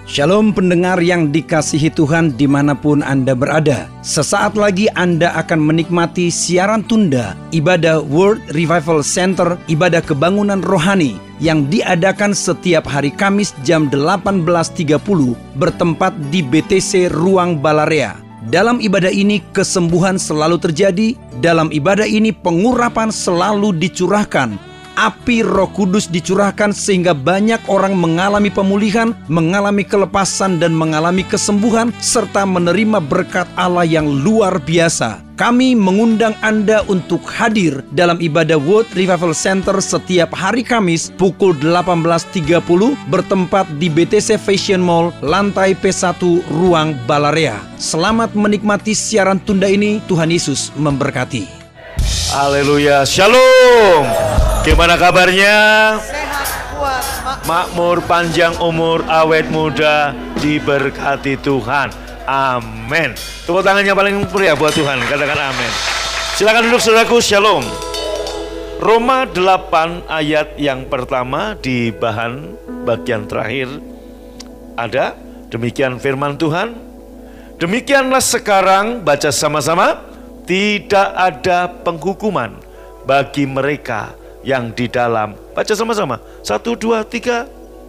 Shalom pendengar yang dikasihi Tuhan dimanapun Anda berada. Sesaat lagi Anda akan menikmati siaran tunda ibadah World Revival Center, ibadah kebangunan rohani yang diadakan setiap hari Kamis jam 18.30 bertempat di BTC Ruang Balarea. Dalam ibadah ini kesembuhan selalu terjadi, dalam ibadah ini pengurapan selalu dicurahkan. Api Roh Kudus dicurahkan sehingga banyak orang mengalami pemulihan, mengalami kelepasan dan mengalami kesembuhan serta menerima berkat Allah yang luar biasa. Kami mengundang Anda untuk hadir dalam ibadah World Revival Center setiap hari Kamis pukul 18.30 bertempat di BTC Fashion Mall, lantai P1 Ruang Balarea. Selamat menikmati siaran tunda ini. Tuhan Yesus memberkati. Haleluya, shalom. Gimana kabarnya? Sehat, kuat, makmur, panjang umur, awet muda, diberkati Tuhan. Amin. Tepuk tangannya paling meriah buat Tuhan. Katakan amin. Silakan duduk saudaraku, shalom. Roma 8 ayat yang pertama di bagian terakhir ada demikian firman Tuhan. Demikianlah sekarang, baca sama-sama, tidak ada penghukuman bagi mereka yang di dalam. Baca sama-sama. 1, 2, 3.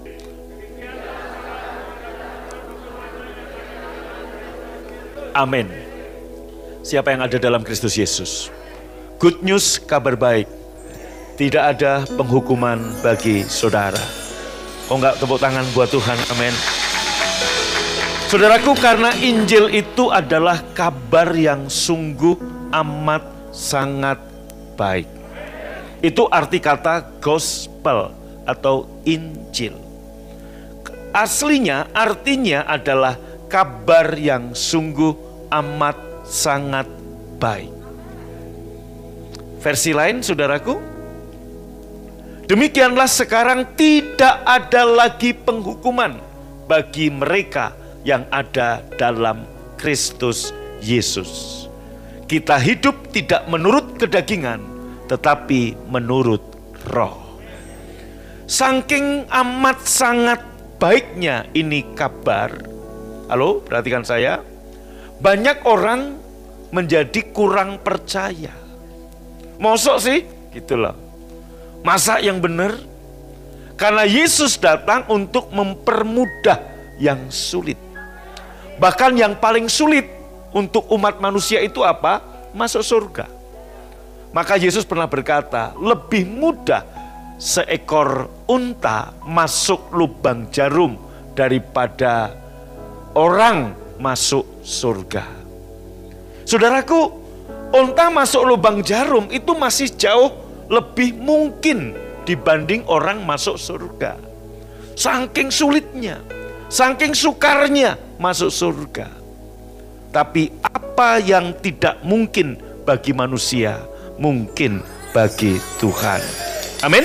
Amin. Siapa yang ada dalam Kristus Yesus? Good news, kabar baik. Tidak ada penghukuman bagi saudara. Oh enggak, tepuk tangan buat Tuhan. Amin. Saudaraku, karena Injil itu adalah kabar yang sungguh amat sangat baik. Itu arti kata gospel atau Injil. Aslinya artinya adalah kabar yang sungguh amat sangat baik. Versi lain saudaraku, demikianlah sekarang tidak ada lagi penghukuman bagi mereka yang ada dalam Kristus Yesus. Kita hidup tidak menurut kedagingan, tetapi menurut roh. Saking amat sangat baiknya ini kabar. Halo, perhatikan saya. Banyak orang menjadi kurang percaya. Mosok sih? Gitu loh. Masa yang benar? Karena Yesus datang untuk mempermudah yang sulit. Bahkan yang paling sulit untuk umat manusia itu apa? Masuk surga. Maka Yesus pernah berkata, lebih mudah seekor unta masuk lubang jarum daripada orang masuk surga. Saudaraku, unta masuk lubang jarum itu masih jauh lebih mungkin dibanding orang masuk surga. Saking sulitnya, saking sukarnya masuk surga. Tapi apa yang tidak mungkin bagi manusia, mungkin bagi Tuhan. Amin.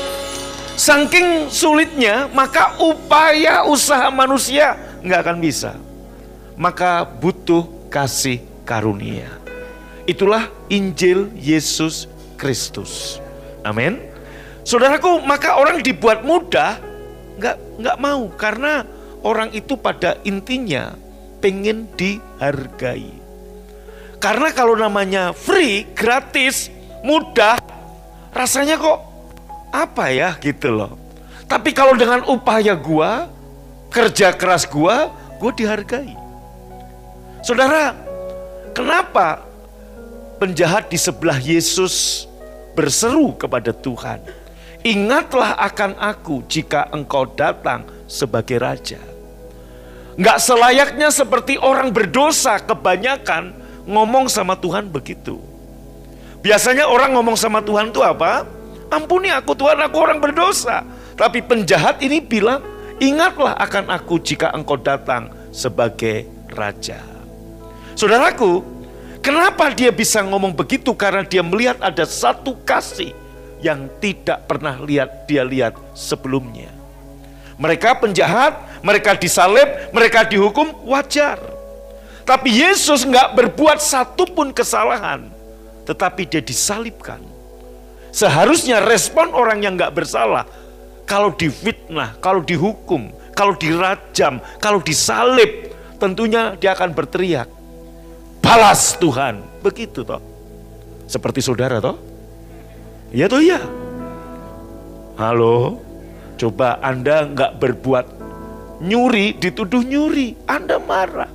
Saking sulitnya, maka upaya usaha manusia nggak akan bisa. Maka butuh kasih karunia. Itulah Injil Yesus Kristus. Amin. Saudaraku, maka orang dibuat mudah nggak mau, karena orang itu pada intinya pengen dihargai. Karena kalau namanya free, gratis, mudah, rasanya kok apa ya gitu loh. Tapi kalau dengan upaya gua, kerja keras gua dihargai. Saudara, kenapa penjahat di sebelah Yesus berseru kepada Tuhan, ingatlah akan aku jika engkau datang sebagai raja. Nggak selayaknya seperti orang berdosa kebanyakan ngomong sama Tuhan begitu. Biasanya orang ngomong sama Tuhan itu apa? Ampuni aku Tuhan, aku orang berdosa. Tapi penjahat ini bilang, ingatlah akan aku jika engkau datang sebagai raja. Saudaraku, kenapa dia bisa ngomong begitu? Karena dia melihat ada satu kasih yang tidak pernah dia lihat sebelumnya. Mereka penjahat, mereka disalib, mereka dihukum, wajar. Tapi Yesus nggak berbuat satu pun kesalahan, tetapi dia disalibkan. Seharusnya respon orang yang nggak bersalah, kalau difitnah, kalau dihukum, kalau dirajam, kalau disalib, tentunya dia akan berteriak, balas Tuhan. Begitu toh. Seperti saudara toh? Iya toh iya. Halo, coba Anda nggak berbuat nyuri, dituduh nyuri, Anda marah.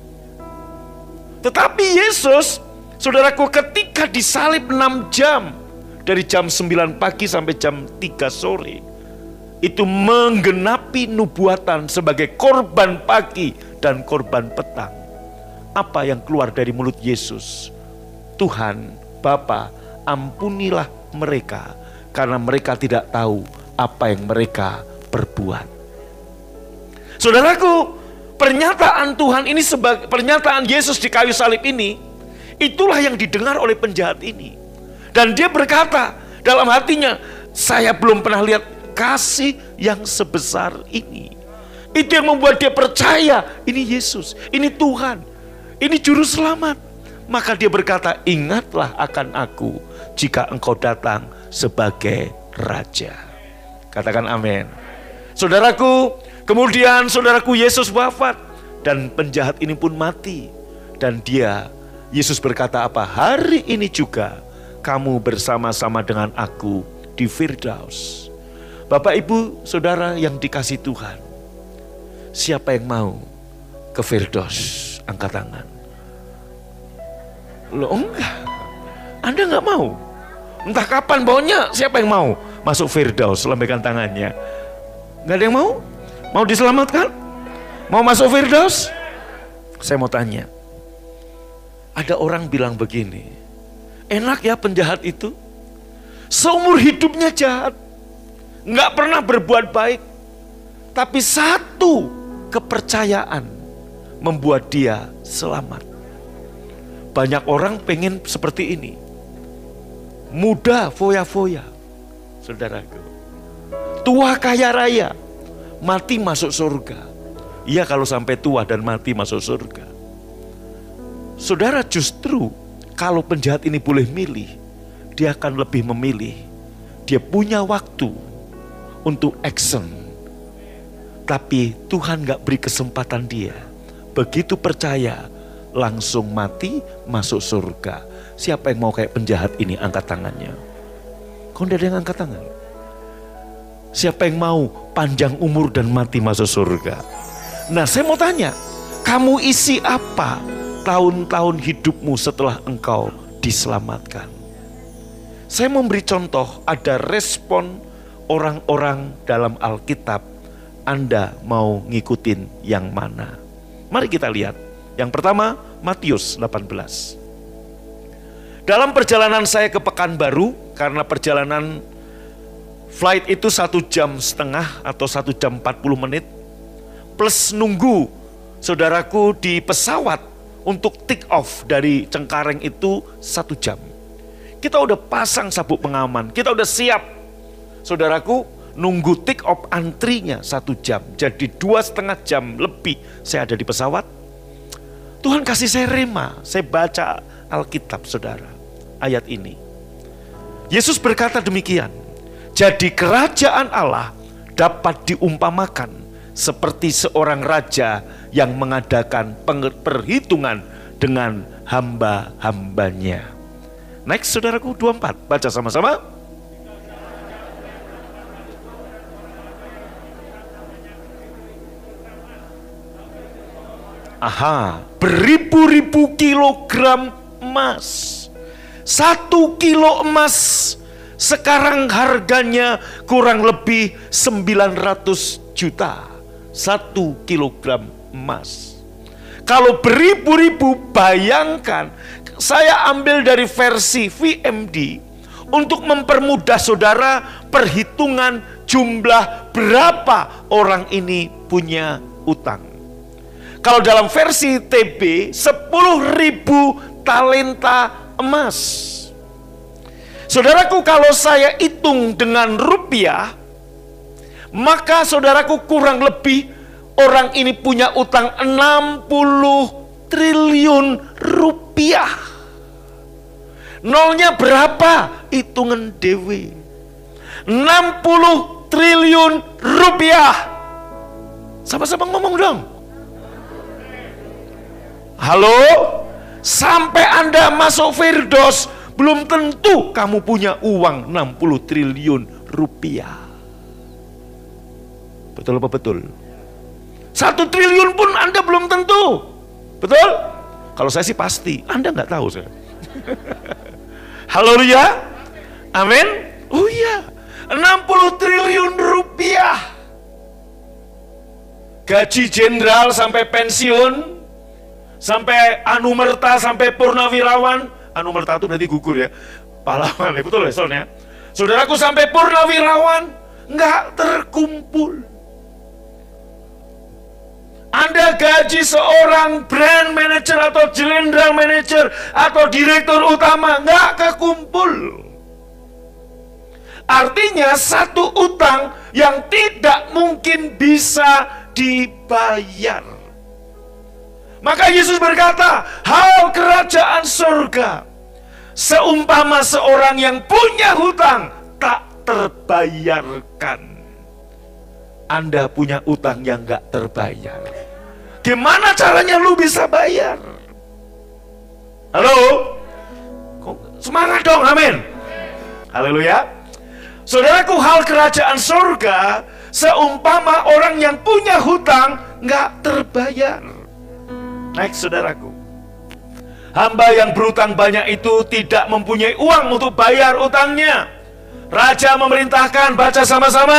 Tetapi Yesus, saudaraku, ketika disalib 6 jam, dari jam 9 pagi sampai jam 3 sore, itu menggenapi nubuatan sebagai korban pagi dan korban petang. Apa yang keluar dari mulut Yesus? Tuhan, Bapa, ampunilah mereka, karena mereka tidak tahu apa yang mereka perbuat. Saudaraku, pernyataan Tuhan ini, sebagai pernyataan Yesus di kayu salib ini, itulah yang didengar oleh penjahat ini. Dan dia berkata dalam hatinya, saya belum pernah lihat kasih yang sebesar ini. Itu yang membuat dia percaya, ini Yesus, ini Tuhan, ini juru selamat. Maka dia berkata, ingatlah akan aku jika engkau datang sebagai Raja. Katakan amin. Saudaraku, kemudian saudaraku, Yesus wafat dan penjahat ini pun mati. Dan Yesus berkata apa? Hari ini juga kamu bersama-sama dengan aku di Firdaus. Bapak, Ibu, Saudara yang dikasih Tuhan, siapa yang mau ke Firdaus? Angkat tangan. Loh enggak, Anda enggak mau. Entah kapan baunya, siapa yang mau masuk Firdaus? Lambaikan tangannya. Enggak ada yang mau? Mau diselamatkan? Mau masuk Firdaus? Saya mau tanya. Ada orang bilang begini, enak ya penjahat itu, seumur hidupnya jahat, nggak pernah berbuat baik, tapi satu kepercayaan membuat dia selamat. Banyak orang pengen seperti ini, muda foya-foya, saudaraku, tua kaya raya, mati masuk surga. Iya, kalau sampai tua dan mati masuk surga. Saudara, justru kalau penjahat ini boleh milih, dia akan lebih memilih. Dia punya waktu untuk action, tapi Tuhan gak beri kesempatan dia. Begitu percaya, langsung mati masuk surga. Siapa yang mau kayak penjahat ini? Angkat tangannya. Kok tidak ada yang angkat tangan? Siapa yang mau panjang umur dan mati masuk surga? Nah, saya mau tanya, kamu isi apa tahun-tahun hidupmu setelah engkau diselamatkan? Saya memberi contoh, ada respon orang-orang dalam Alkitab. Anda mau ngikutin yang mana? Mari kita lihat. Yang pertama, Matius 18. Dalam perjalanan saya ke Pekanbaru, karena perjalanan flight itu 1,5 jam atau 1 jam 40 menit, plus nunggu saudaraku di pesawat untuk take off dari Cengkareng itu 1 jam. Kita udah pasang sabuk pengaman, kita udah siap. Saudaraku, nunggu take off antrinya 1 jam. Jadi 2,5 jam lebih saya ada di pesawat. Tuhan kasih saya rema, saya baca Alkitab, saudara, ayat ini. Yesus berkata demikian, jadi kerajaan Allah dapat diumpamakan seperti seorang raja yang mengadakan perhitungan dengan hamba-hambanya. Next, saudaraku, 24, baca sama-sama. Aha, beribu-ribu kilogram emas. 1 kilo emas sekarang harganya kurang lebih 900 juta. 1 kilogram emas. Kalau beribu-ribu, bayangkan, saya ambil dari versi VMD untuk mempermudah saudara perhitungan jumlah berapa orang ini punya utang. Kalau dalam versi TB, 10.000 talenta emas. Saudaraku, kalau saya hitung dengan rupiah, maka saudaraku kurang lebih orang ini punya utang 60 triliun rupiah. Nolnya berapa? Hitungan dewe. 60 triliun rupiah. Sama-sama ngomong dong. Halo? Sampai Anda masuk Firdaus, belum tentu kamu punya uang 60 triliun rupiah. Betul apa betul? 1 triliun pun Anda belum tentu. Betul? Kalau saya sih pasti, Anda nggak tahu saya. Haleluya. Amin. Oh iya, 60 triliun rupiah. Gaji jenderal sampai pensiun, sampai anumerta, sampai purnawirawan. Anumerta itu nanti gugur ya, pahlawan ya, betul ya soalnya. Saudaraku, sampai purnawirawan nggak terkumpul. Anda gaji seorang brand manager atau general manager atau direktur utama nggak kekumpul. Artinya satu utang yang tidak mungkin bisa dibayar. Maka Yesus berkata, hal kerajaan surga seumpama seorang yang punya hutang tak terbayarkan. Anda punya utang yang gak terbayar. Gimana caranya lu bisa bayar? Halo? Semangat dong, amin. Haleluya. Saudaraku, hal kerajaan surga seumpama orang yang punya hutang gak terbayar. Next, saudaraku. Hamba yang berutang banyak itu tidak mempunyai uang untuk bayar utangnya. Raja memerintahkan, baca sama-sama.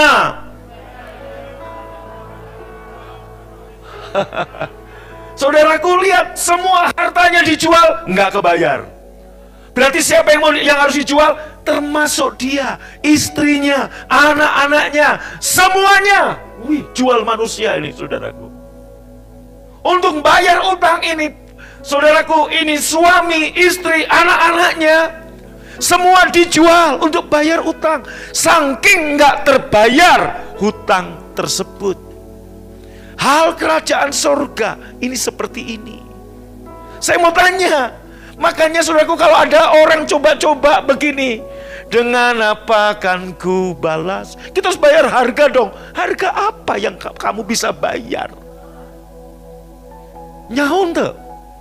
Saudaraku, lihat, semua hartanya dijual, nggak kebayar. Berarti siapa yang harus dijual? Termasuk dia, istrinya, anak-anaknya, semuanya. Wih, jual manusia ini, saudaraku. Untuk bayar utang ini, saudaraku, ini suami, istri, anak-anaknya, semua dijual untuk bayar utang. Saking nggak terbayar hutang tersebut. Hal kerajaan surga ini seperti ini. Saya mau tanya, makanya saudaraku, kalau ada orang coba-coba begini, dengan apa akan ku balas? Kita harus bayar harga dong. Harga apa yang kamu bisa bayar? Nyahun tuh.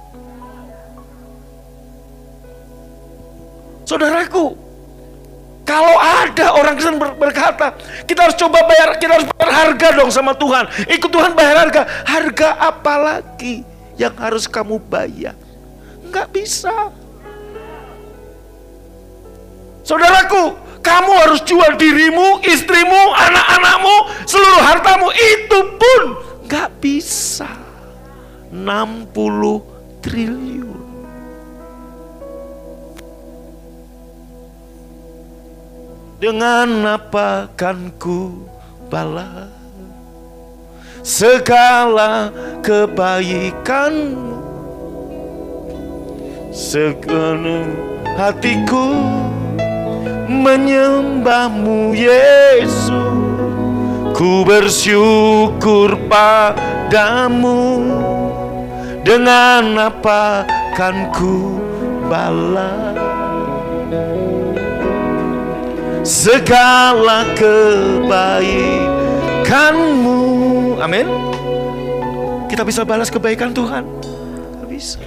Saudaraku, kalau ada orang Kristen berkata, kita harus coba bayar, kita harus bayar harga dong sama Tuhan. Ikut Tuhan bayar harga. Harga apa lagi yang harus kamu bayar? Enggak bisa. Saudaraku, kamu harus jual dirimu, istrimu, anak-anakmu, seluruh hartamu. Itu pun enggak bisa. 60 triliun. Dengan apa kan ku balas segala kebaikanmu? Segenap hatiku menyembahmu Yesus. Ku bersyukur padamu. Dengan apa kan ku balas segala kebaikanmu? Amin. Kita bisa balas kebaikan Tuhan? Tidak bisa.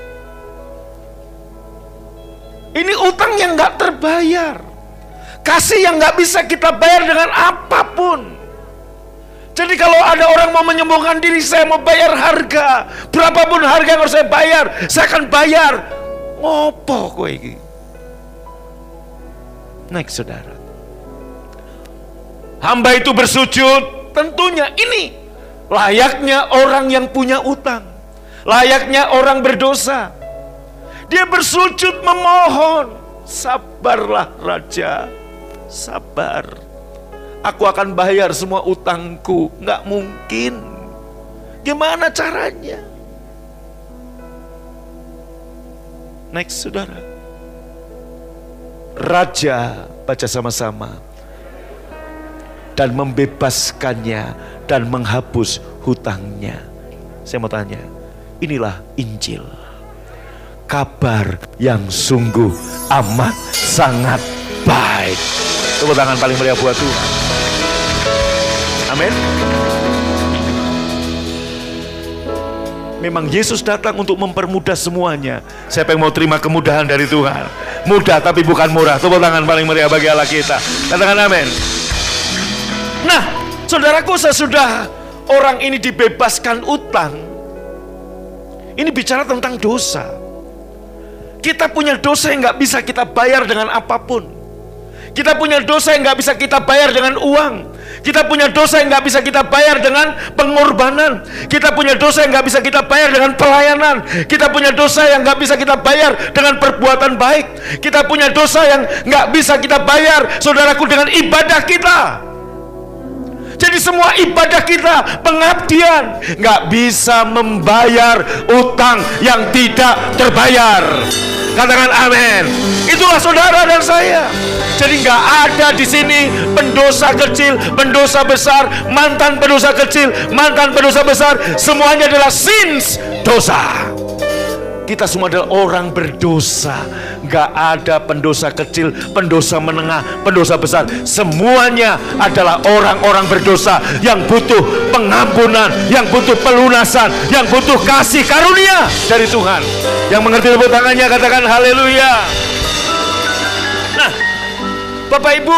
Ini utang yang gak terbayar, kasih yang gak bisa kita bayar dengan apapun. Jadi kalau ada orang mau menyembuhkan diri, saya mau bayar harga, berapapun harga yang harus saya bayar, saya akan bayar. Ngopo kowe iki? Next, saudara. Hamba itu bersujud, tentunya ini layaknya orang yang punya utang, layaknya orang berdosa. Dia bersujud memohon, sabarlah Raja, sabar. Aku akan bayar semua utangku. Nggak mungkin. Gimana caranya? Next, saudara. Raja, baca sama-sama. Dan membebaskannya dan menghapus hutangnya. Saya mau tanya, inilah Injil. Kabar yang sungguh amat sangat baik. Tepuk tangan paling meriah buat Tuhan. Amin. Memang Yesus datang untuk mempermudah semuanya. Siapa yang mau terima kemudahan dari Tuhan? Mudah tapi bukan murah. Tepuk tangan paling meriah bagi Allah kita. Katakan amin. Nah, saudaraku, sesudah orang ini dibebaskan utang, ini bicara tentang dosa. Kita punya dosa yang gak bisa kita bayar dengan apapun. Kita punya dosa yang gak bisa kita bayar dengan uang. Kita punya dosa yang gak bisa kita bayar dengan pengorbanan. Kita punya dosa yang gak bisa kita bayar dengan pelayanan. Kita punya dosa yang gak bisa kita bayar dengan perbuatan baik. Kita punya dosa yang gak bisa kita bayar, saudaraku, dengan ibadah kita. Jadi semua ibadah kita, pengabdian, gak bisa membayar utang yang tidak terbayar. Katakan amin. Itulah saudara dan saya. Jadi nggak ada di sini pendosa kecil, pendosa besar, mantan pendosa kecil, mantan pendosa besar. Semuanya adalah sins, dosa. Kita semua adalah orang berdosa. Nggak ada pendosa kecil, pendosa menengah, pendosa besar. Semuanya adalah orang-orang berdosa yang butuh pengampunan, yang butuh pelunasan, yang butuh kasih karunia dari Tuhan. Yang mengerti tepuk tangannya, katakan haleluya. Nah, Bapak Ibu,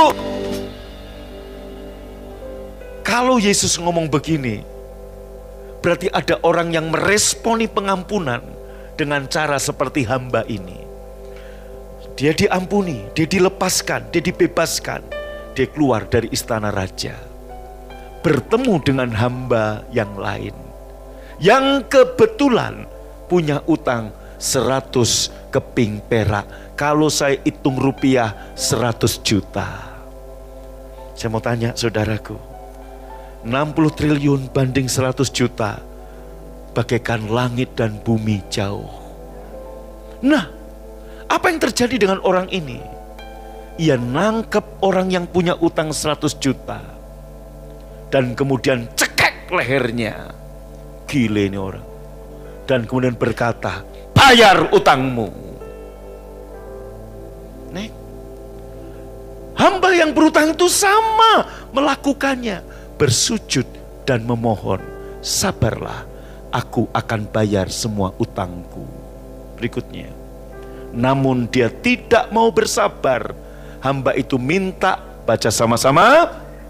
kalau Yesus ngomong begini, berarti ada orang yang meresponi pengampunan dengan cara seperti hamba ini. Dia diampuni, dia dilepaskan, dia dibebaskan. Dia keluar dari istana raja, bertemu dengan hamba yang lain, yang kebetulan punya utang 100 keping perak. Kalau saya hitung rupiah 100 juta. Saya mau tanya saudaraku, 60 triliun banding 100 juta, bagaikan langit dan bumi jauh. Nah, apa yang terjadi dengan orang ini? Ia nangkep orang yang punya utang 100 juta dan kemudian cekek lehernya. Gile ini orang. Dan kemudian berkata, bayar utangmu. Nek, hamba yang berutang itu sama melakukannya, bersujud dan memohon, sabarlah, aku akan bayar semua utangku. Berikutnya, namun dia tidak mau bersabar. Hamba itu minta, baca sama-sama,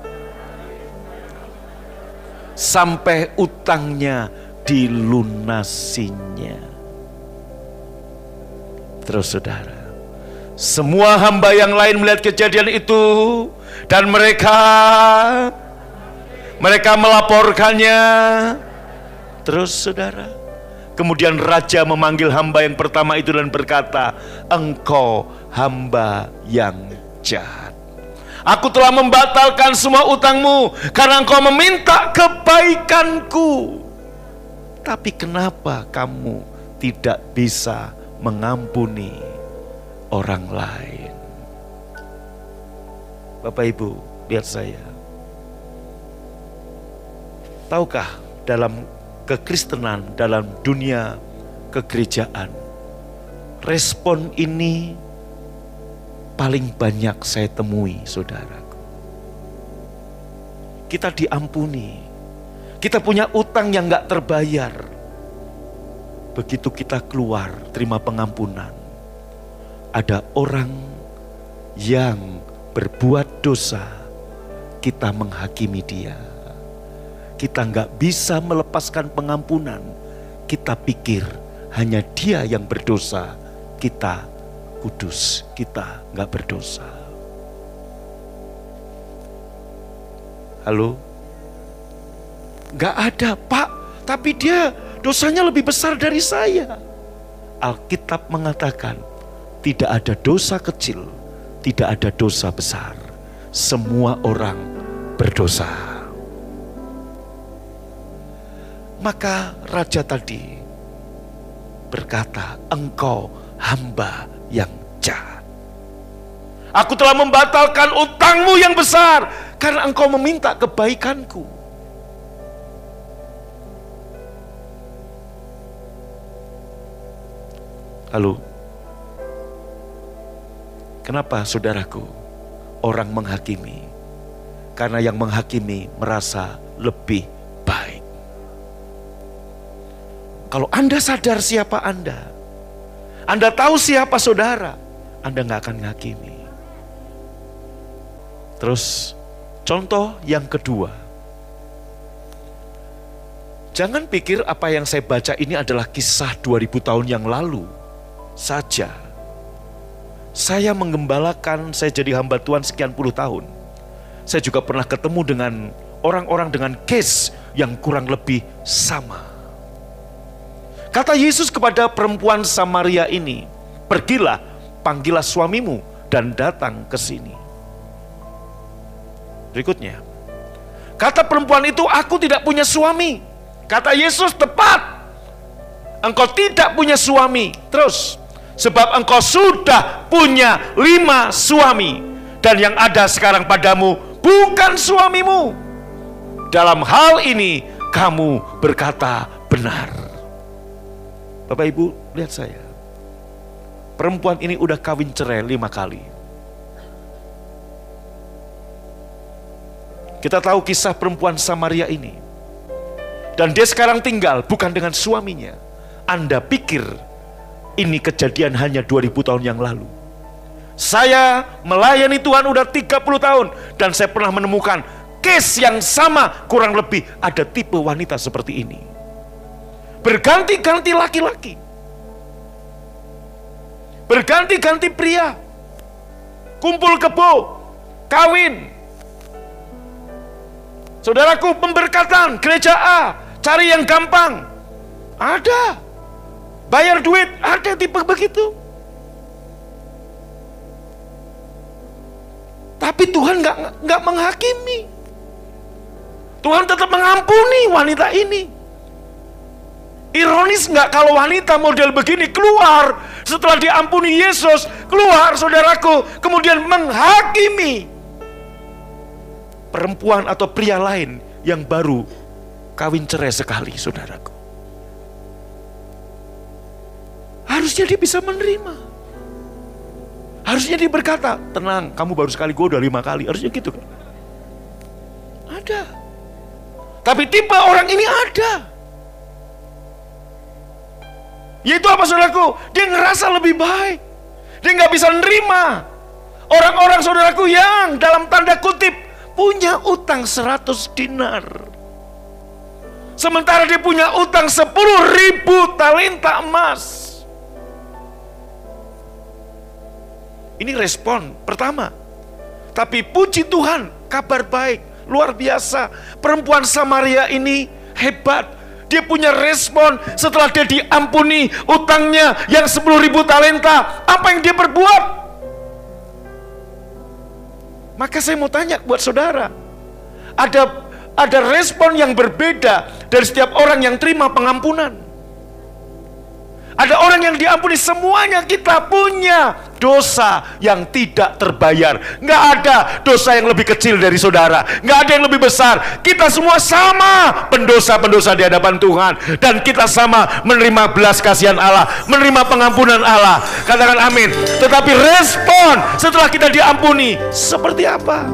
sampai utangnya dilunasinya. Terus saudara, semua hamba yang lain melihat kejadian itu dan mereka melaporkannya. Terus saudara, kemudian raja memanggil hamba yang pertama itu dan berkata, engkau hamba yang jahat. Aku telah membatalkan semua utangmu karena engkau meminta kebaikanku. Tapi kenapa kamu tidak bisa mengampuni orang lain? Bapak Ibu, lihat saya. Tahukah dalam kekristenan, dalam dunia kegerejaan, respon ini paling banyak saya temui, saudaraku. Kita diampuni, kita punya utang yang gak terbayar. Begitu kita keluar terima pengampunan, ada orang yang berbuat dosa, kita menghakimi dia. Kita nggak bisa melepaskan pengampunan. Kita pikir hanya dia yang berdosa, kita kudus, kita nggak berdosa. Halo? Nggak ada, Pak, tapi dia dosanya lebih besar dari saya. Alkitab mengatakan tidak ada dosa kecil, tidak ada dosa besar. Semua orang berdosa. Maka raja tadi berkata, engkau hamba yang jahat. Aku telah membatalkan utangmu yang besar karena engkau meminta kebaikanku. Halo, kenapa saudaraku orang menghakimi? Karena yang menghakimi merasa lebih baik. Kalau Anda sadar siapa Anda tahu siapa saudara, Anda nggak akan ngakimi. Terus contoh yang kedua, jangan pikir apa yang saya baca ini adalah kisah 2000 tahun yang lalu saja. Saya menggembalakan, saya jadi hamba Tuhan sekian puluh tahun. Saya juga pernah ketemu dengan orang-orang dengan case yang kurang lebih sama. Kata Yesus kepada perempuan Samaria ini, pergilah, panggillah suamimu dan datang ke sini. Berikutnya, kata perempuan itu, aku tidak punya suami. Kata Yesus, tepat, engkau tidak punya suami. Terus, sebab engkau sudah punya 5 suami, dan yang ada sekarang padamu bukan suamimu. Dalam hal ini kamu berkata benar. Bapak Ibu, lihat saya. Perempuan ini udah kawin cerai 5 kali. Kita tahu kisah perempuan Samaria ini. Dan dia sekarang tinggal bukan dengan suaminya. Anda pikir ini kejadian hanya 2000 tahun yang lalu. Saya melayani Tuhan udah 30 tahun. Dan saya pernah menemukan case yang sama, kurang lebih ada tipe wanita seperti ini. Berganti-ganti laki-laki. Berganti-ganti pria. Kumpul kebo, kawin. Saudaraku, pemberkatan gereja A, cari yang gampang. Ada. Bayar duit, ada tipe begitu. Tapi Tuhan nggak menghakimi. Tuhan tetap mengampuni wanita ini. Ironis nggak kalau wanita model begini keluar setelah diampuni Yesus, keluar saudaraku, kemudian menghakimi perempuan atau pria lain yang baru kawin cerai sekali, saudaraku. Harusnya dia bisa menerima. Harusnya dia berkata, tenang, kamu baru sekali, gue udah 5 kali. Harusnya gitu kan. Ada. Tapi tipe orang ini ada. Yaitu apa, saudaraku? Dia ngerasa lebih baik. Dia nggak bisa menerima orang-orang, saudaraku, yang dalam tanda kutip punya utang 100 dinar. Sementara dia punya utang 10.000 talenta emas. Ini respon pertama. Tapi puji Tuhan, kabar baik, luar biasa. Perempuan Samaria ini hebat. Dia punya respon setelah dia diampuni utangnya yang 10.000 talenta. Apa yang dia perbuat? Maka saya mau tanya buat saudara, ada respon yang berbeda dari setiap orang yang terima pengampunan. Ada orang yang diampuni, semuanya kita punya dosa yang tidak terbayar. Nggak ada dosa yang lebih kecil dari saudara, nggak ada yang lebih besar. Kita semua sama pendosa-pendosa di hadapan Tuhan, dan kita sama menerima belas kasihan Allah, menerima pengampunan Allah. Katakan amin. Tetapi respon setelah kita diampuni seperti apa?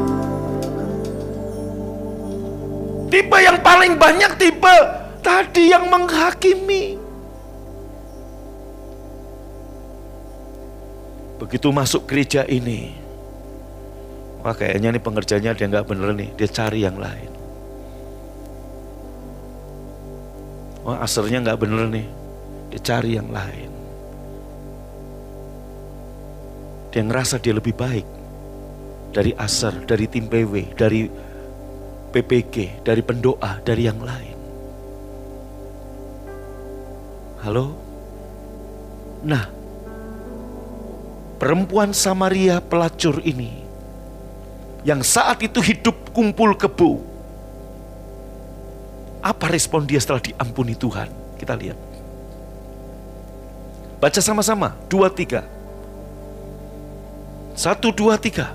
Tipe yang paling banyak tipe tadi yang menghakimi. Begitu masuk gereja ini, wah kayaknya nih pengerjanya dia nggak bener nih, dia cari yang lain. Wah asernya nggak bener nih, dia cari yang lain. Dia ngerasa dia lebih baik dari aser, dari tim PW, dari PPG, dari pendoa, dari yang lain. Halo? Nah, perempuan Samaria pelacur ini, yang saat itu hidup kumpul kebo, apa respon dia setelah diampuni Tuhan? Kita lihat. Baca sama-sama, 2, 3. 1, 2, 3.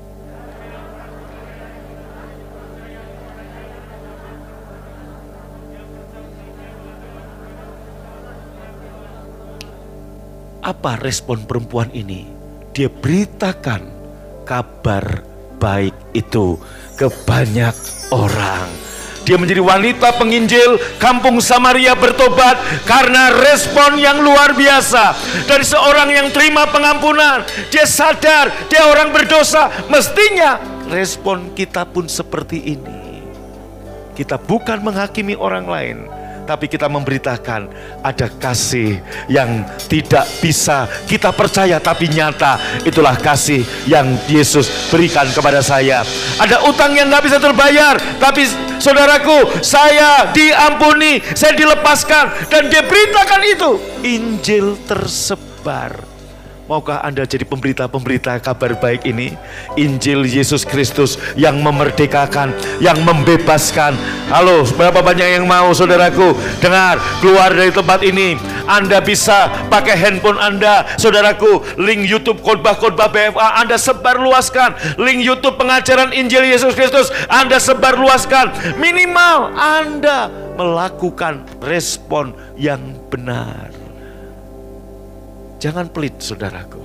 Apa respon perempuan ini? Dia beritakan kabar baik itu ke banyak orang. Dia menjadi wanita penginjil, kampung Samaria bertobat karena respon yang luar biasa. Dari seorang yang terima pengampunan, dia sadar dia orang berdosa. Mestinya respon kita pun seperti ini. Kita bukan menghakimi orang lain, tapi kita memberitakan ada kasih yang tidak bisa kita percaya tapi nyata. Itulah kasih yang Yesus berikan kepada saya. Ada utang yang gak bisa terbayar, tapi saudaraku, saya diampuni, saya dilepaskan, dan dia beritakan itu. Injil tersebar. Maukah Anda jadi pemberita-pemberita kabar baik ini? Injil Yesus Kristus yang memerdekakan, yang membebaskan. Halo, berapa banyak yang mau, saudaraku? Dengar, keluar dari tempat ini. Anda bisa pakai handphone Anda, saudaraku. Link YouTube khotbah-khotbah BFA Anda sebarluaskan. Link YouTube pengajaran Injil Yesus Kristus Anda sebarluaskan. Minimal Anda melakukan respon yang benar. Jangan pelit, saudaraku.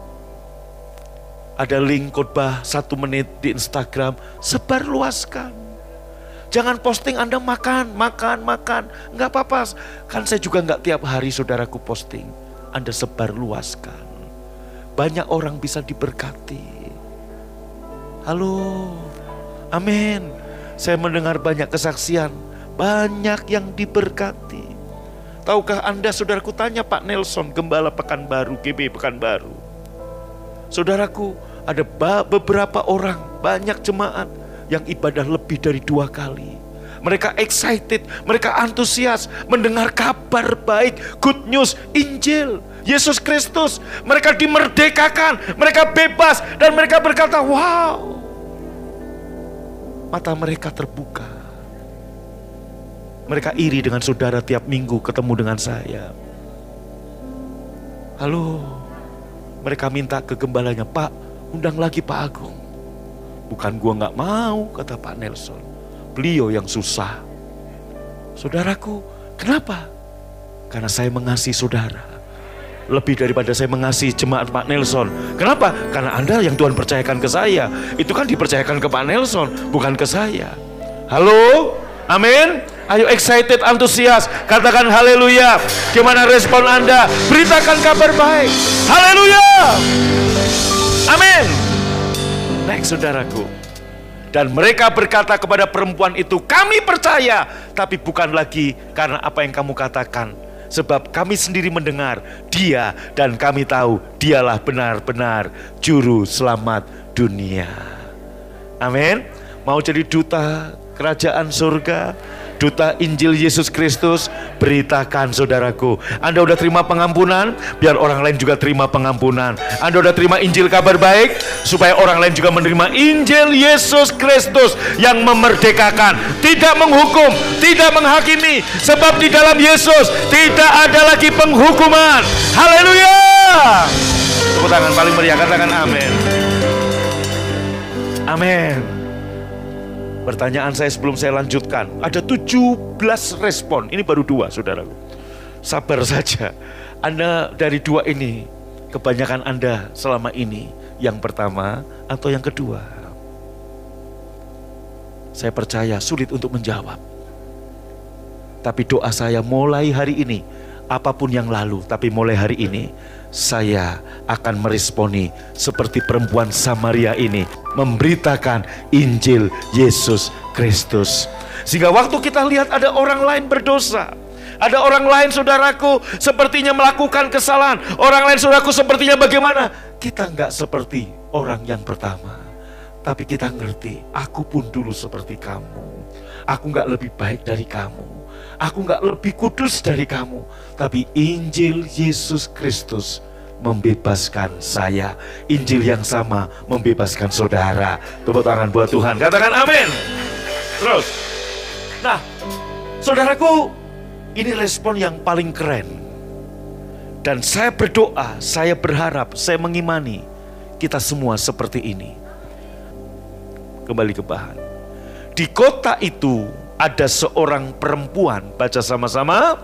Ada link khotbah 1 menit di Instagram, sebarluaskan. Jangan posting Anda makan. Enggak apa-apa. Kan saya juga enggak tiap hari, saudaraku, posting. Anda sebarluaskan. Banyak orang bisa diberkati. Halo. Amin. Saya mendengar banyak kesaksian. Banyak yang diberkati. Tahukah Anda, saudaraku, tanya Pak Nelson, Gembala Pekanbaru, GB Pekanbaru. Saudaraku, ada beberapa orang, banyak jemaat yang ibadah lebih dari 2 kali. Mereka excited, mereka antusias mendengar kabar baik, good news, Injil, Yesus Kristus. Mereka dimerdekakan, mereka bebas, dan mereka berkata, wow. Mata mereka terbuka. Mereka iri dengan saudara tiap minggu ketemu dengan saya. Halo, mereka minta ke gembalanya, Pak, undang lagi Pak Agung. Bukan gua nggak mau, kata Pak Nelson. Beliau yang susah. Saudaraku, kenapa? Karena saya mengasihi saudara. Lebih daripada saya mengasihi jemaat Pak Nelson. Kenapa? Karena Anda yang Tuhan percayakan ke saya. Itu kan dipercayakan ke Pak Nelson, bukan ke saya. Halo, amin. Ayo excited, antusias, katakan haleluya. Gimana respon Anda? Beritakan kabar baik. Haleluya. Amin. Next, saudaraku. Dan mereka berkata kepada perempuan itu, kami percaya, tapi bukan lagi karena apa yang kamu katakan. Sebab kami sendiri mendengar dia, dan kami tahu dialah benar-benar juru selamat dunia. Amin. Mau jadi duta kerajaan surga, duta Injil Yesus Kristus, beritakan, saudaraku. Anda udah terima pengampunan, biar orang lain juga terima pengampunan. Anda udah terima Injil kabar baik, supaya orang lain juga menerima Injil Yesus Kristus yang memerdekakan, tidak menghukum, tidak menghakimi. Sebab di dalam Yesus tidak ada lagi penghukuman. Haleluya. Tepuk tangan paling meriah, katakan amin. Amin. Pertanyaan saya sebelum saya lanjutkan, ada 17 respon, ini baru 2, saudaraku. Sabar saja, Anda dari 2 ini, kebanyakan Anda selama ini, yang pertama atau yang kedua? Saya percaya sulit untuk menjawab. Tapi doa saya mulai hari ini, apapun yang lalu, tapi mulai hari ini, saya akan meresponi seperti perempuan Samaria ini, memberitakan Injil Yesus Kristus. Sehingga waktu kita lihat ada orang lain berdosa, ada orang lain, saudaraku, sepertinya melakukan kesalahan, orang lain, saudaraku, sepertinya bagaimana, kita enggak seperti orang yang pertama, tapi kita ngerti, aku pun dulu seperti kamu. Aku enggak lebih baik dari kamu, aku enggak lebih kudus dari kamu, tapi Injil Yesus Kristus membebaskan saya. Injil yang sama membebaskan saudara. Tepuk tangan buat Tuhan, katakan amin. Terus, nah, saudaraku, ini respon yang paling keren. Dan saya berdoa, saya berharap, saya mengimani kita semua seperti ini. Kembali ke bahan. Di kota itu ada seorang perempuan, baca sama-sama.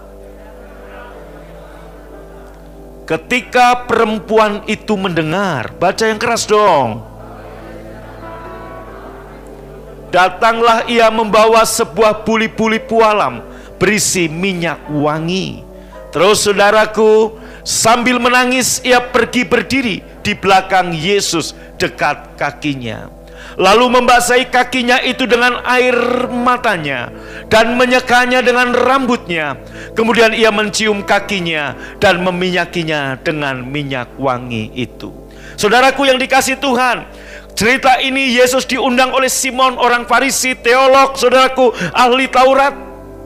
Ketika perempuan itu mendengar, baca yang keras dong. datanglah ia membawa sebuah buli-buli pualam berisi minyak wangi. Terus saudaraku, sambil menangis ia pergi berdiri di belakang Yesus dekat kakinya. Lalu membasahi kakinya itu dengan air matanya dan menyekanya dengan rambutnya. Kemudian ia mencium kakinya dan meminyakinya dengan minyak wangi itu. Saudaraku yang dikasihi Tuhan, cerita ini Yesus diundang oleh Simon, orang Farisi, teolog, saudaraku, ahli Taurat.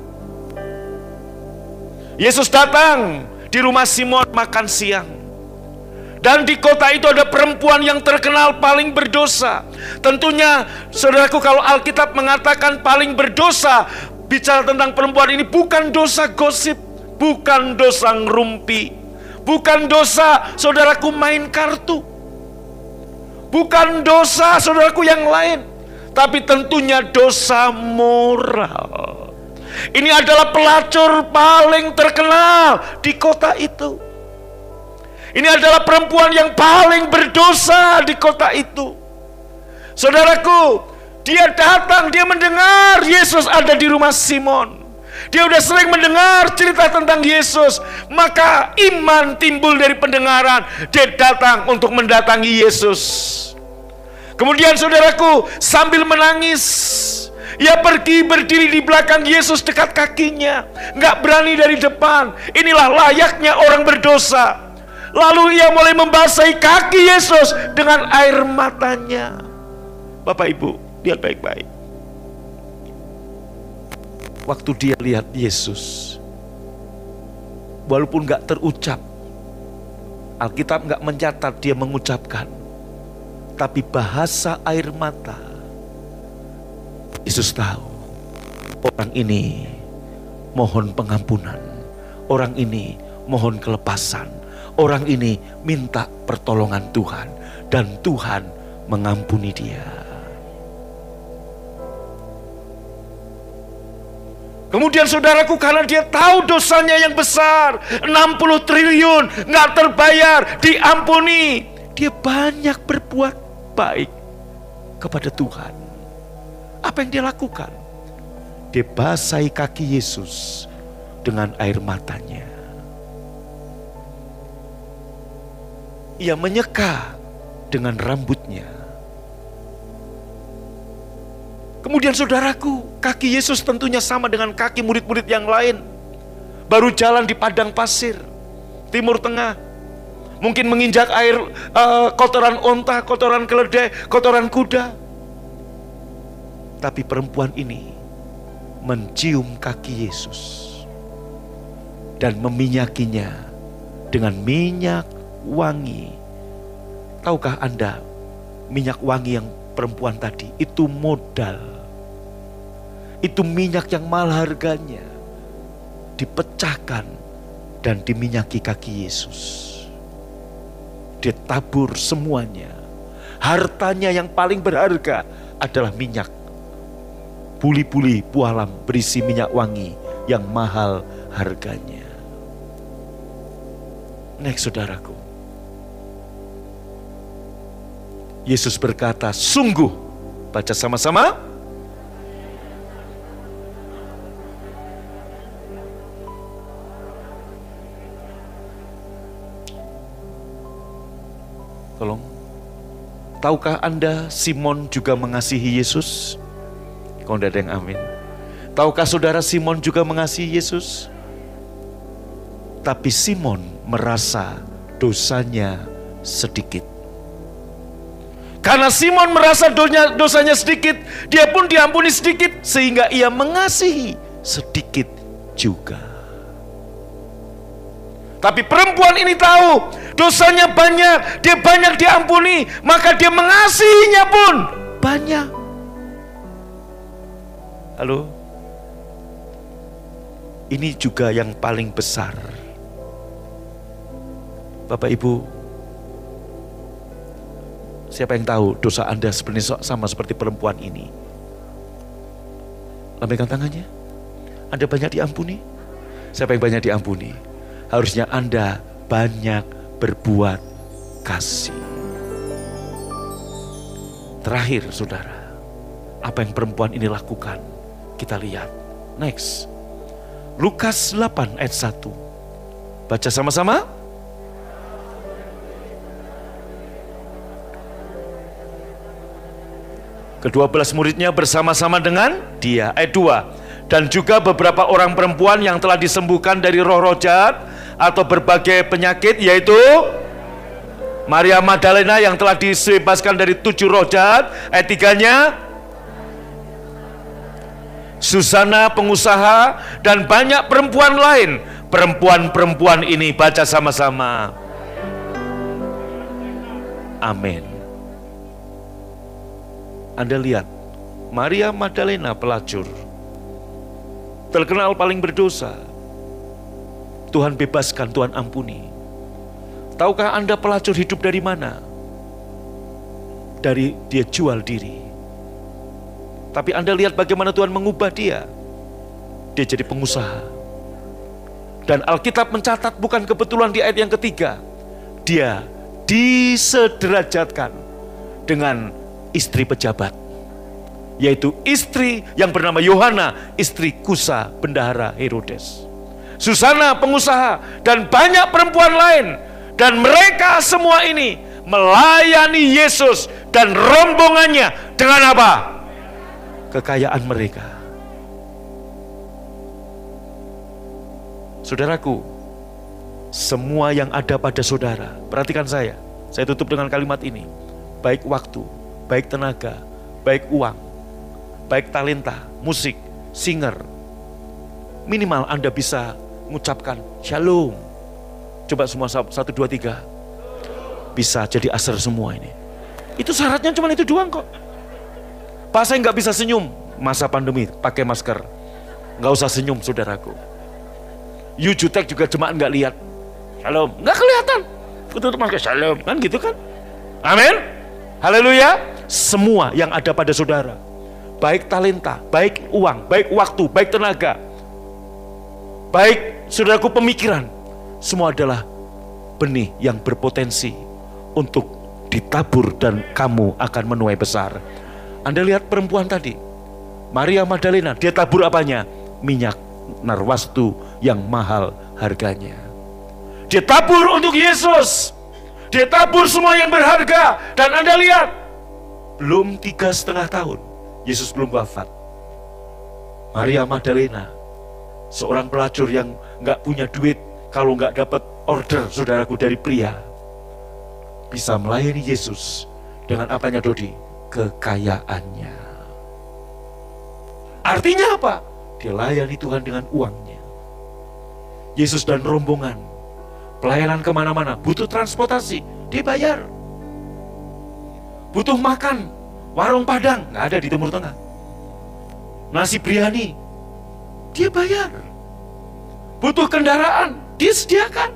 Yesus datang di rumah Simon makan siang. Dan di kota itu ada perempuan yang terkenal paling berdosa. Tentunya saudaraku, kalau Alkitab mengatakan paling berdosa, bicara tentang perempuan ini bukan dosa gosip, bukan dosa ngerumpi, bukan dosa saudaraku main kartu, bukan dosa saudaraku yang lain, tapi tentunya dosa moral. Ini adalah pelacur paling terkenal di kota itu. Ini adalah perempuan yang paling berdosa di kota itu. Saudaraku, dia datang, dia mendengar Yesus ada di rumah Simon. Dia udah sering mendengar cerita tentang Yesus. Maka iman timbul dari pendengaran. Dia datang untuk mendatangi Yesus. Kemudian saudaraku, sambil menangis, ia pergi berdiri di belakang Yesus dekat kakinya. Nggak berani dari depan. Inilah layaknya orang berdosa. Lalu ia mulai membasahi kaki Yesus dengan air matanya. Bapak Ibu, lihat baik-baik. Waktu dia lihat Yesus, walaupun gak terucap, Alkitab gak mencatat dia mengucapkan, tapi bahasa air mata, Yesus tahu orang ini mohon pengampunan, orang ini mohon kelepasan, orang ini minta pertolongan Tuhan, dan Tuhan mengampuni dia. Kemudian saudaraku, karena dia tahu dosanya yang besar, 60 triliun gak terbayar, diampuni, dia banyak berbuat baik kepada Tuhan. Apa yang dia lakukan? Dia basahi kaki Yesus dengan air matanya. Ia menyeka dengan rambutnya. Kemudian saudaraku, kaki Yesus tentunya sama dengan kaki murid-murid yang lain. Baru jalan di padang pasir, Timur Tengah. Mungkin menginjak air, kotoran onta, kotoran keledai, kotoran kuda. Tapi perempuan ini mencium kaki Yesus dan meminyakinya dengan minyak wangi. Tahukah Anda, minyak wangi yang perempuan tadi itu modal. Itu minyak yang mahal harganya, dipecahkan dan diminyaki kaki Yesus. Dia tabur semuanya. Hartanya yang paling berharga adalah minyak. Buli-buli pualam berisi minyak wangi yang mahal harganya. Next saudaraku, Yesus berkata, sungguh, baca sama-sama. Tolong, tahukah Anda Simon juga mengasihi Yesus? Kalau tidak ada yang amin. Tahukah saudara Simon juga mengasihi Yesus? Tapi Simon merasa dosanya sedikit. Karena Simon merasa dosanya sedikit, dia pun diampuni sedikit, sehingga ia mengasihi sedikit juga. Tapi perempuan ini tahu dosanya banyak, dia banyak diampuni, maka dia mengasihinya pun banyak. Halo? Ini juga yang paling besar. Bapak Ibu, siapa yang tahu dosa Anda sebenarnya sama seperti perempuan ini? Lambaikan tangannya. Anda banyak diampuni? Siapa yang banyak diampuni? Harusnya Anda banyak berbuat kasih. Terakhir saudara, apa yang perempuan ini lakukan. Kita lihat. Next. Lukas 8 ayat 1. Baca sama-sama. Ke-12 muridnya bersama-sama dengan dia. Ayat 2. Dan juga beberapa orang perempuan yang telah disembuhkan dari roh-roh jahat atau berbagai penyakit, yaitu Maria Magdalena yang telah dibebaskan dari 7 roh jahat. Ayat 3-nya, Susana pengusaha, dan banyak perempuan lain. Perempuan-perempuan ini, baca sama-sama. Amin. Anda lihat, Maria Magdalena pelacur, terkenal paling berdosa. Tuhan bebaskan, Tuhan ampuni. Tahukah Anda pelacur hidup dari mana? Dari dia jual diri. Tapi Anda lihat bagaimana Tuhan mengubah dia. Dia jadi pengusaha. Dan Alkitab mencatat, bukan kebetulan di ayat yang ketiga, dia disederajatkan dengan istri pejabat, yaitu istri yang bernama Yohana, istri Kusa, bendahara Herodes. Susana pengusaha, dan banyak perempuan lain. Dan mereka semua ini melayani Yesus dan rombongannya dengan apa? Kekayaan mereka. Saudaraku, semua yang ada pada saudara, perhatikan saya tutup dengan kalimat ini. Baik waktu, baik tenaga, baik uang, baik talenta, musik, singer, minimal Anda bisa mengucapkan shalom. Coba semua 1, 2, 3. Bisa jadi aser semua ini. Itu syaratnya cuma itu doang kok. Pak, saya nggak bisa senyum. Masa pandemi, pakai masker. Nggak usah senyum, saudaraku. You jutek juga jemaat nggak lihat. Shalom, nggak kelihatan. Tutup masker, shalom, kan gitu kan? Amin. Haleluya. Semua yang ada pada saudara, baik talenta, baik uang, baik waktu, baik tenaga, baik saudaraku pemikiran, semua adalah benih yang berpotensi untuk ditabur dan kamu akan menuai besar. Anda lihat perempuan tadi, Maria Magdalena, dia tabur apanya? Minyak narwastu yang mahal harganya. Dia tabur untuk Yesus. Dia tabur semua yang berharga. Dan Anda lihat, belum 3,5 tahun Yesus belum wafat. Maria Magdalena, seorang pelacur yang gak punya duit, kalau gak dapat order, saudaraku, dari pria, bisa melayani Yesus dengan apanya, Dodi? Kekayaannya. Artinya apa? Dia layani Tuhan dengan uangnya. Yesus dan rombongan pelayanan kemana-mana, butuh transportasi, dia bayar. Butuh makan, warung Padang, nggak ada di Timur Tengah. Nasi biryani, dia bayar. Butuh kendaraan, dia sediakan.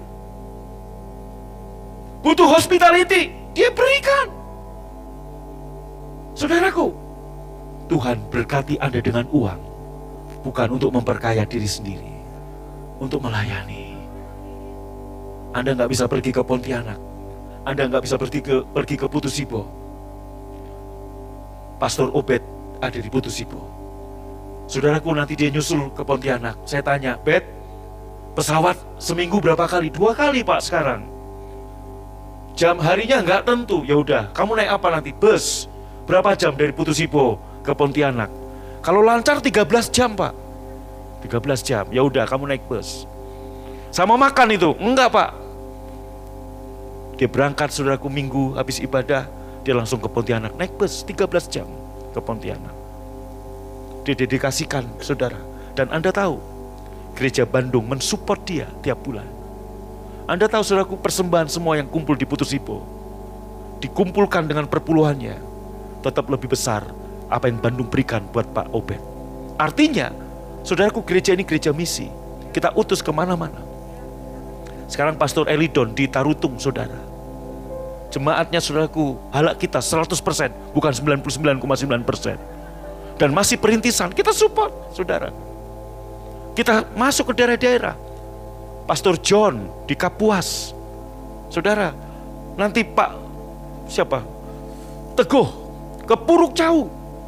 Butuh hospitality, dia berikan. Saudaraku, Tuhan berkati Anda dengan uang, bukan untuk memperkaya diri sendiri, untuk melayani. Anda nggak bisa pergi ke Pontianak, Anda nggak bisa pergi ke Putusibo. Pastor Obed ada di Putusibo. Saudaraku, nanti dia nyusul ke Pontianak. Saya tanya, Bet, pesawat seminggu berapa kali? 2 kali Pak sekarang. Jam harinya nggak tentu. Ya udah, kamu naik apa nanti? Bus. Berapa jam dari Putusibo ke Pontianak? Kalau lancar 13 jam Pak. 13 jam. Ya udah, kamu naik bus. Sama makan itu? Enggak Pak. Dia berangkat, saudaraku, minggu habis ibadah, dia langsung ke Pontianak, naik bus 13 jam ke Pontianak. Didedikasikan, saudara. Dan Anda tahu, Gereja Bandung mensupport dia tiap bulan. Anda tahu, saudaraku, persembahan semua yang kumpul di Putusibo dikumpulkan dengan perpuluhannya, tetap lebih besar apa yang Bandung berikan buat Pak Obed. Artinya, saudaraku, gereja ini gereja misi. Kita utus kemana-mana. Sekarang Pastor Elidon di Tarutung, saudara. Jemaatnya, saudaraku, halak kita 100%, bukan 99,9%. Dan masih perintisan, kita support, saudara. Kita masuk ke daerah-daerah. Pastor John di Kapuas, saudara. Nanti Pak siapa? Teguh ke Puruk Jauh.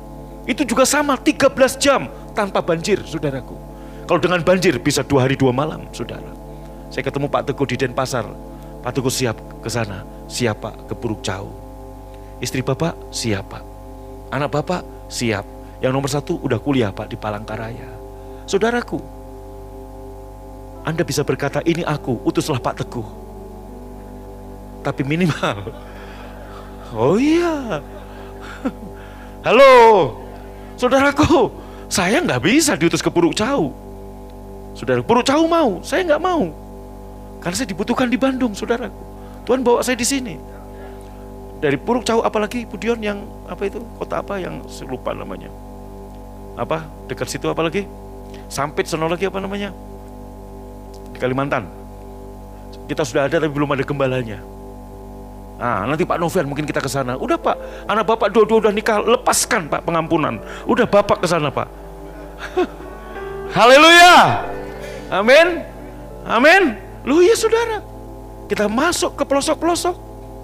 Itu juga sama 13 jam tanpa banjir, saudaraku. Kalau dengan banjir bisa 2 hari 2 malam, saudara. Saya ketemu Pak Teguh di Denpasar. Pak Teguh siap ke sana. Siap Pak, ke Puruk Jauh. Istri Bapak siap Pak. Anak Bapak siap. Yang nomor 1 udah kuliah Pak di Palangkaraya. Saudaraku, Anda bisa berkata, ini aku, utuslah Pak Teguh. Tapi minimal, oh iya, halo, saudaraku, saya nggak bisa diutus ke Puruk Jauh. Saudara, Puruk Jauh mau, saya nggak mau. Karena saya dibutuhkan di Bandung, saudaraku. Tuhan bawa saya di sini. Dari Puruk Jauh, apalagi Budion yang apa itu, kota apa yang saya lupa namanya. Apa, dekat situ apa lagi? Sampit, sono lagi apa namanya? Di Kalimantan. Kita sudah ada tapi belum ada gembalanya. Nah, nanti Pak Novian mungkin kita ke sana. Udah Pak, anak Bapak dua-dua udah nikah, lepaskan Pak pengampunan. Udah Bapak ke sana Pak. Haleluya. Amin. Amin. Loh ya saudara, kita masuk ke pelosok-pelosok.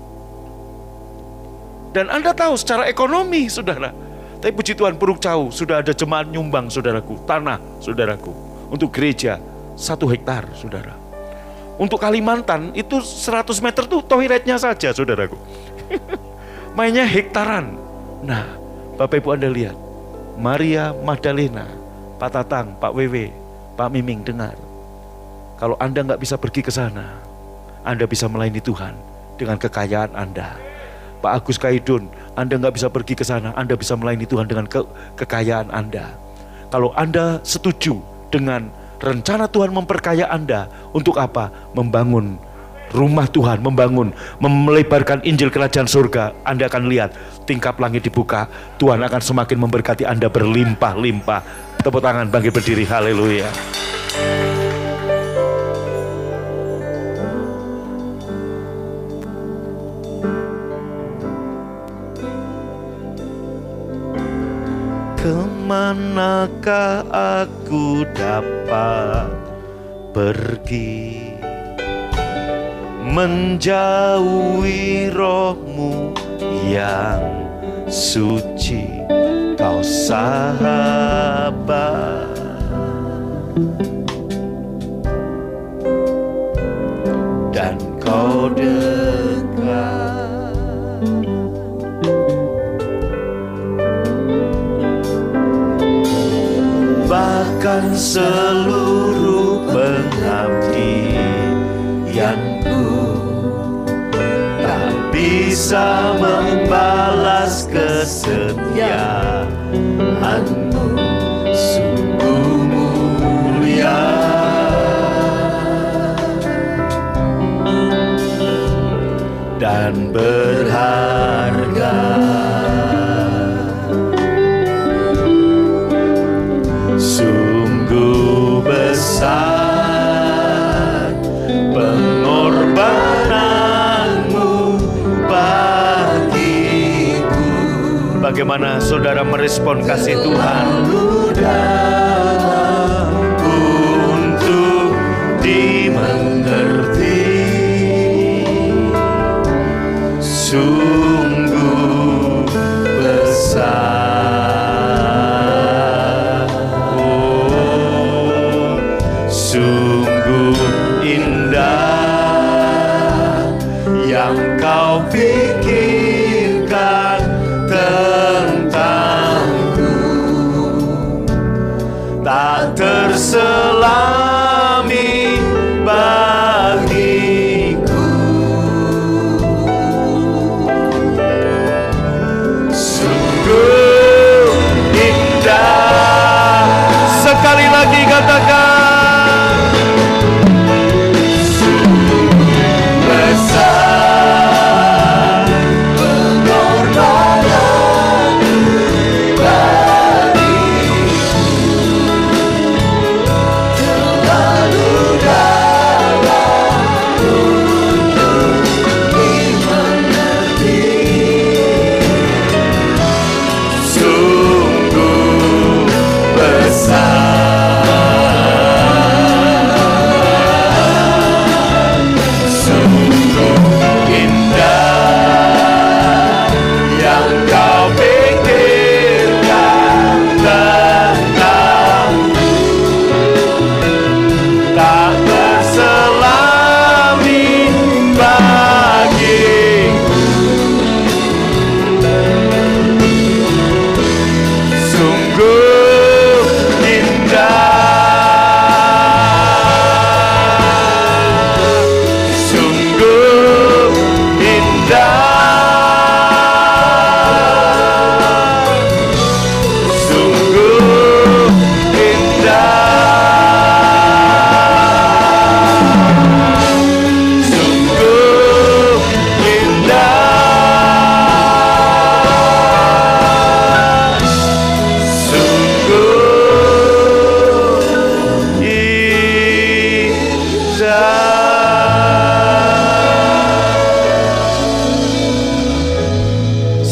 Dan Anda tahu secara ekonomi saudara. Tapi puji Tuhan, Puruk Jauh sudah ada jemaat nyumbang saudaraku, tanah saudaraku, untuk gereja 1 hektar saudara. Untuk Kalimantan itu 100 meter tuh toiletnya saja saudaraku. Mainnya hektaran. Nah Bapak Ibu Anda lihat, Maria Magdalena, Pak Tatang, Pak Wewe, Pak Miming dengar. Kalau Anda nggak bisa pergi ke sana, Anda bisa melayani Tuhan dengan kekayaan Anda. Pak Agus Kaidun, Anda nggak bisa pergi ke sana, Anda bisa melayani Tuhan dengan kekayaan Anda. Kalau Anda setuju dengan rencana Tuhan memperkaya Anda, untuk apa? Membangun rumah Tuhan, melebarkan Injil Kerajaan Surga. Anda akan lihat tingkap langit dibuka, Tuhan akan semakin memberkati Anda berlimpah-limpah. Tepuk tangan, bangkit berdiri, haleluya. Kemanakah aku dapat pergi, menjauhi rohmu yang suci, kau sahabat. Dan kau dekat. Bahkan seluruh pengabdianku tak bisa membalas kesetiaanmu, sungguh mulia dan berharga. Sungguh besar pengorbananmu bagiku. Bagaimana saudara merespon kasih Tuhan? Untuk dimengerti, sungguh besar. Sungguh indah yang kau pikirkan tentangku, tak terselami bagiku. Sungguh indah. Sekali lagi katakan. Besar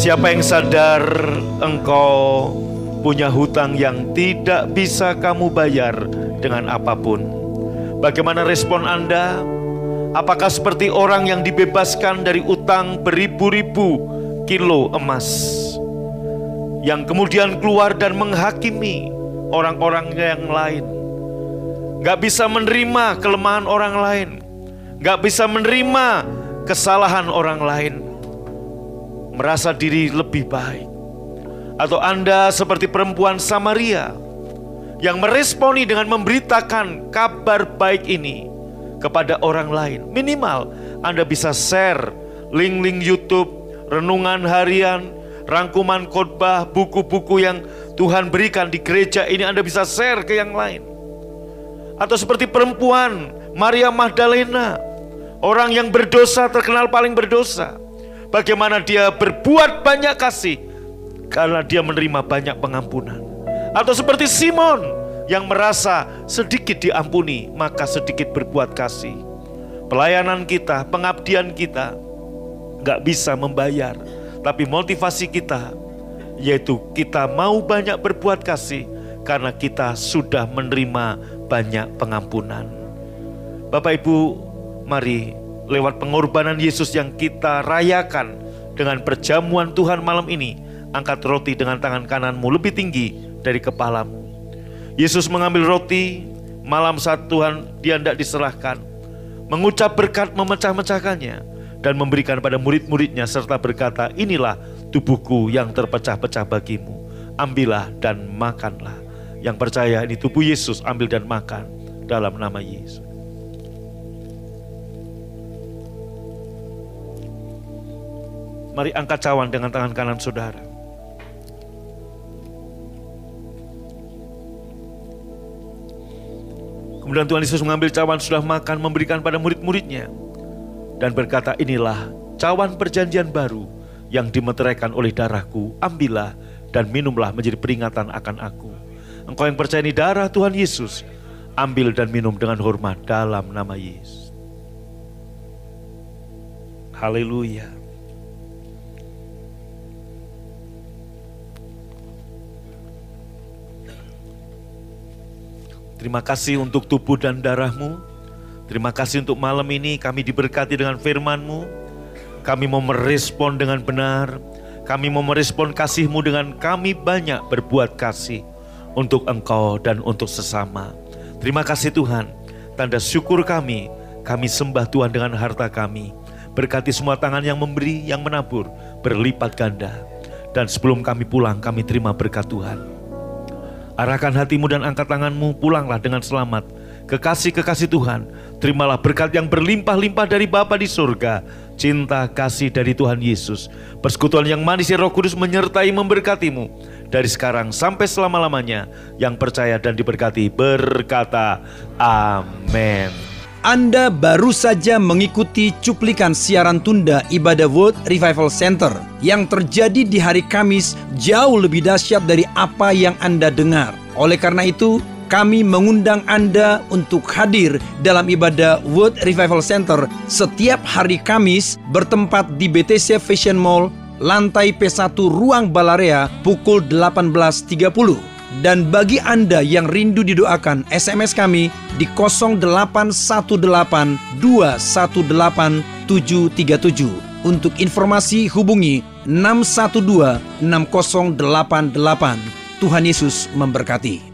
Siapa yang sadar engkau punya hutang yang tidak bisa kamu bayar dengan apapun? Bagaimana respon Anda? Apakah seperti orang yang dibebaskan dari utang beribu-ribu kilo emas, yang kemudian keluar dan menghakimi orang-orang yang lain? Gak bisa menerima kelemahan orang lain, gak bisa menerima kesalahan orang lain, merasa diri lebih baik. Atau Anda seperti perempuan Samaria yang meresponi dengan memberitakan kabar baik ini kepada orang lain. Minimal Anda bisa share link-link YouTube, renungan harian, rangkuman khotbah, buku-buku yang Tuhan berikan di gereja ini, Anda bisa share ke yang lain. Atau seperti perempuan Maria Magdalena, orang yang berdosa, terkenal paling berdosa. Bagaimana dia berbuat banyak kasih karena dia menerima banyak pengampunan. Atau seperti Simon yang merasa sedikit diampuni, maka sedikit berbuat kasih. Pelayanan kita, pengabdian kita gak bisa membayar, tapi motivasi kita yaitu kita mau banyak berbuat kasih karena kita sudah menerima banyak pengampunan. Bapak Ibu, mari lewat pengorbanan Yesus yang kita rayakan dengan perjamuan Tuhan malam ini, angkat roti dengan tangan kananmu lebih tinggi dari kepalamu. Yesus mengambil roti malam saat Tuhan dia hendak diserahkan, mengucap berkat, memecah-mecahkannya dan memberikan pada murid-muridnya serta berkata, inilah tubuhku yang terpecah-pecah bagimu, ambillah dan makanlah. Yang percaya ini tubuh Yesus, ambil dan makan dalam nama Yesus. Mari angkat cawan dengan tangan kanan saudara. Kemudian Tuhan Yesus mengambil cawan sudah makan, memberikan pada murid-muridnya dan berkata, inilah cawan perjanjian baru yang dimeteraikan oleh darahku, ambillah dan minumlah menjadi peringatan akan aku. Engkau yang percaya ini darah Tuhan Yesus, ambil dan minum dengan hormat dalam nama Yesus. Haleluya. Terima kasih untuk tubuh dan darah-Mu. Terima kasih untuk malam ini kami diberkati dengan firman-Mu. Kami mau merespon dengan benar. Kami mau merespon kasih-Mu dengan kami banyak berbuat kasih untuk Engkau dan untuk sesama. Terima kasih Tuhan. Tanda syukur kami sembah Tuhan dengan harta kami. Berkati semua tangan yang memberi, yang menabur, berlipat ganda. Dan sebelum kami pulang, kami terima berkat Tuhan. Arahkan hatimu dan angkat tanganmu, pulanglah dengan selamat. Kekasih-kekasih Tuhan, terimalah berkat yang berlimpah-limpah dari Bapa di surga, cinta kasih dari Tuhan Yesus, persekutuan yang manis Roh Kudus menyertai memberkatimu dari sekarang sampai selama-lamanya. Yang percaya dan diberkati berkata amin. Anda baru saja mengikuti cuplikan siaran tunda ibadah World Revival Center yang terjadi di hari Kamis, jauh lebih dahsyat dari apa yang Anda dengar. Oleh karena itu, kami mengundang Anda untuk hadir dalam ibadah World Revival Center setiap hari Kamis bertempat di BTC Fashion Mall, lantai P1 Ruang Balarea pukul 18.30. Dan bagi Anda yang rindu didoakan, SMS kami di 0818218737. Untuk informasi hubungi 6126088. Tuhan Yesus memberkati.